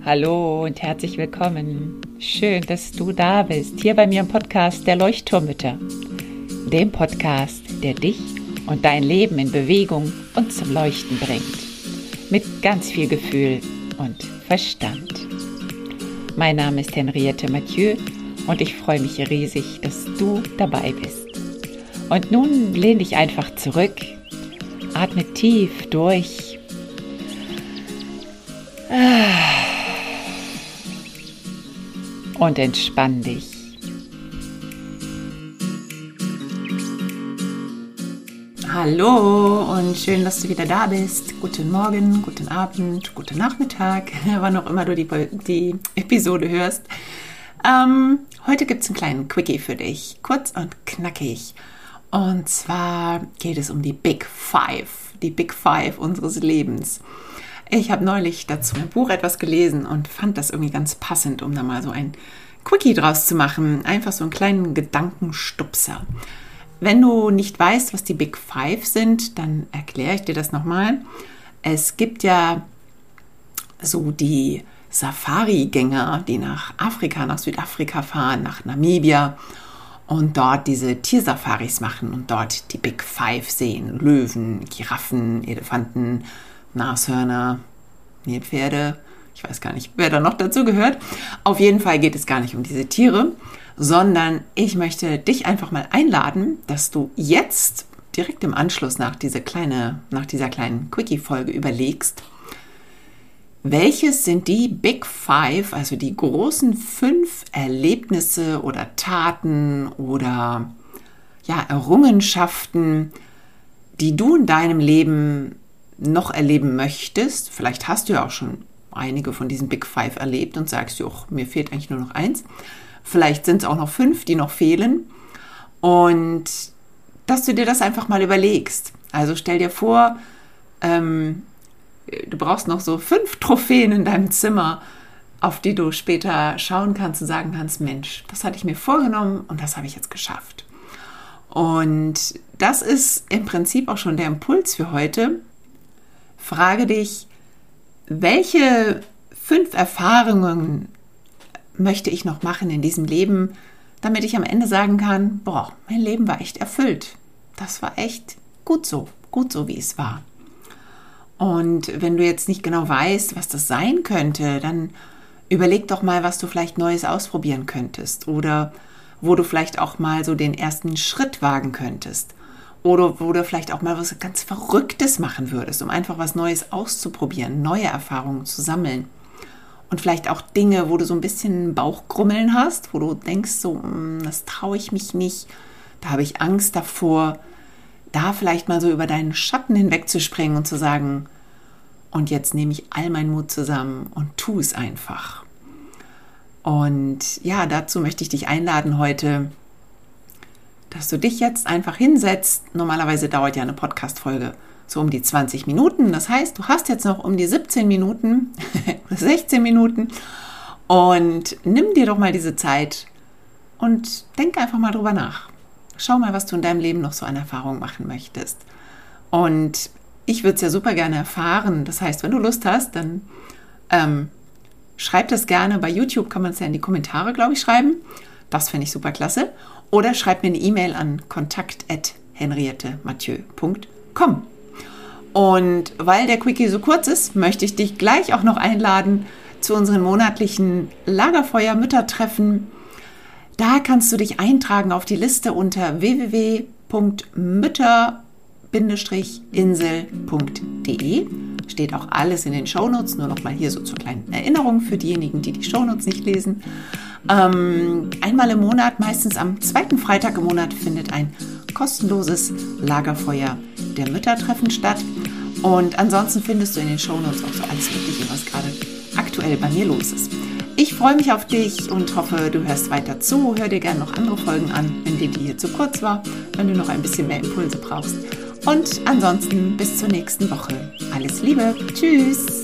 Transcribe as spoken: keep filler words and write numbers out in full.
Hallo und herzlich willkommen. Schön, dass du da bist, hier bei mir im Podcast der Leuchtturmmütter. Dem Podcast, der dich und dein Leben in Bewegung und zum Leuchten bringt. Mit ganz viel Gefühl und Verstand. Mein Name ist Henriette Mathieu und ich freue mich riesig, dass du dabei bist. Und nun lehn dich einfach zurück, atme tief durch. Und entspann dich. Hallo und schön, dass du wieder da bist. Guten Morgen, guten Abend, guten Nachmittag, wann auch immer du die, die Episode hörst. Ähm, heute gibt es einen kleinen Quickie für dich, kurz und knackig. Und zwar geht es um die Big Five, die Big Five unseres Lebens. Ich habe neulich dazu ein Buch etwas gelesen und fand das irgendwie ganz passend, um da mal so ein Quickie draus zu machen. Einfach so einen kleinen Gedankenstupser. Wenn du nicht weißt, was die Big Five sind, dann erkläre ich dir das nochmal. Es gibt ja so die Safari-Gänger, die nach Afrika, nach Südafrika fahren, nach Namibia und dort diese Tiersafaris machen und dort die Big Five sehen. Löwen, Giraffen, Elefanten, Nashörner, Nilpferde, ich weiß gar nicht, wer da noch dazu gehört. Auf jeden Fall geht es gar nicht um diese Tiere, sondern ich möchte dich einfach mal einladen, dass du jetzt direkt im Anschluss nach, diese kleine, nach dieser kleinen Quickie-Folge überlegst, welches sind die Big Five, also die großen fünf Erlebnisse oder Taten oder ja, Errungenschaften, die du in deinem Leben noch erleben möchtest. Vielleicht hast du ja auch schon einige von diesen Big Five erlebt und sagst du, oh, mir fehlt eigentlich nur noch eins. Vielleicht sind es auch noch fünf, die noch fehlen. Und dass du dir das einfach mal überlegst. Also stell dir vor, ähm, du brauchst noch so fünf Trophäen in deinem Zimmer, auf die du später schauen kannst und sagen kannst, Mensch, das hatte ich mir vorgenommen und das habe ich jetzt geschafft. Und das ist im Prinzip auch schon der Impuls für heute. Frage dich, welche fünf Erfahrungen möchte ich noch machen in diesem Leben, damit ich am Ende sagen kann, boah, mein Leben war echt erfüllt. Das war echt gut so, gut so, wie es war. Und wenn du jetzt nicht genau weißt, was das sein könnte, dann überleg doch mal, was du vielleicht Neues ausprobieren könntest oder wo du vielleicht auch mal so den ersten Schritt wagen könntest. Oder wo du vielleicht auch mal was ganz Verrücktes machen würdest, um einfach was Neues auszuprobieren, neue Erfahrungen zu sammeln. Und vielleicht auch Dinge, wo du so ein bisschen Bauchgrummeln hast, wo du denkst, so, das traue ich mich nicht, da habe ich Angst davor, da vielleicht mal so über deinen Schatten hinwegzuspringen und zu sagen, und jetzt nehme ich all meinen Mut zusammen und tu es einfach. Und ja, dazu möchte ich dich einladen heute, dass du dich jetzt einfach hinsetzt. Normalerweise dauert ja eine Podcast-Folge so um die zwanzig Minuten. Das heißt, du hast jetzt noch um die siebzehn Minuten, sechzehn Minuten und nimm dir doch mal diese Zeit und denk einfach mal drüber nach. Schau mal, was du in deinem Leben noch so an Erfahrungen machen möchtest. Und ich würde es ja super gerne erfahren. Das heißt, wenn du Lust hast, dann ähm, schreib das gerne. Bei YouTube kann man es ja in die Kommentare, glaube ich, schreiben. Das finde ich super klasse. Oder schreib mir eine E-Mail an kontakt at henriette mathieu punkt com. Und weil der Quickie so kurz ist, möchte ich dich gleich auch noch einladen zu unseren monatlichen Lagerfeuer-Müttertreffen. Da kannst du dich eintragen auf die Liste unter w w w punkt mütter Bindestrich insel punkt de. Steht auch alles in den Shownotes, nur noch mal hier so zur kleinen Erinnerung für diejenigen, die die Shownotes nicht lesen. Ähm, einmal im Monat, meistens am zweiten Freitag im Monat, findet ein kostenloses Lagerfeuer der Müttertreffen statt. Und ansonsten findest du in den Shownotes auch so alles Mögliche, was gerade aktuell bei mir los ist. Ich freue mich auf dich und hoffe, du hörst weiter zu. Hör dir gerne noch andere Folgen an, wenn dir die hier zu kurz war, wenn du noch ein bisschen mehr Impulse brauchst. Und ansonsten bis zur nächsten Woche. Alles Liebe. Tschüss.